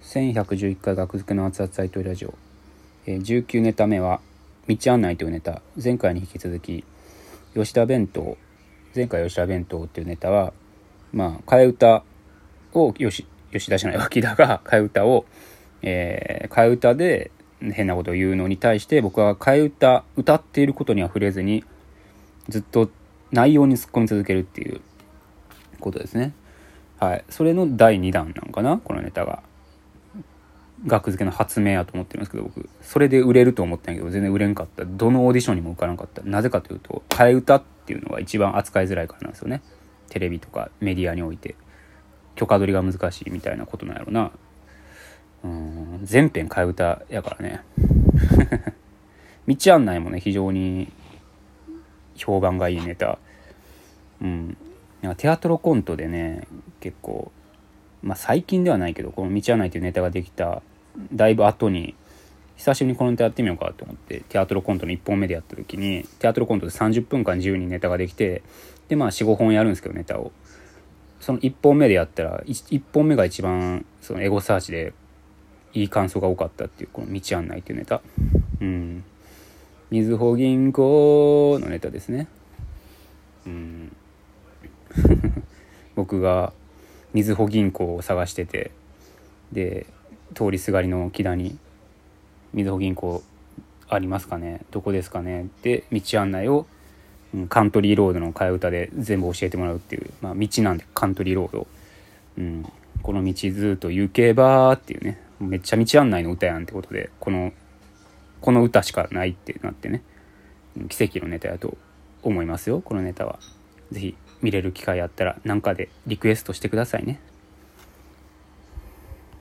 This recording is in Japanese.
1111回学付けの熱々大統領ラジオ、19ネタ目は道案内というネタ。前回に引き続き吉田弁当、前回吉田弁当っていうネタは替え歌を吉田じゃない脇田が替え歌を、替え歌で変なことを言うのに対して、僕は替え歌歌っていることには触れずにずっと内容に突っ込み続けるっていうことですね。はい、それの第2弾なんかな、このネタが。学付けの発明やと思ってるんですけど、僕それで売れると思ったんやけど全然売れんかった。どのオーディションにも受からんかった。なぜかというと、替え歌っていうのが一番扱いづらいからなんですよね。テレビとかメディアにおいて許可取りが難しいみたいなことなんやろな。全編替え歌やからね道案内もね、非常に評判がいいネタ。なんかテアトロコントでね、結構最近ではないけど、この道案内というネタができただいぶ後に久しぶりにこのネタやってみようかと思ってテアトロコントの1本目でやった時に、テアトロコントで30分間自由にネタができて、で4、5本やるんですけど、ネタをその1本目でやったら 1本目が一番そのエゴサーチでいい感想が多かったっていう、この道案内というネタ。みずほ銀行のネタですね。僕がみずほ銀行を探してて、で通りすがりの木田にみずほ銀行ありますかね、どこですかねって道案内をカントリーロードの替え歌で全部教えてもらうっていう、道なんでカントリーロード、この道ずっと行けばっていうね、めっちゃ道案内の歌やんってことで、この歌しかないってなってね、奇跡のネタやと思いますよ。このネタはぜひ見れる機会あったらなんかでリクエストしてくださいね。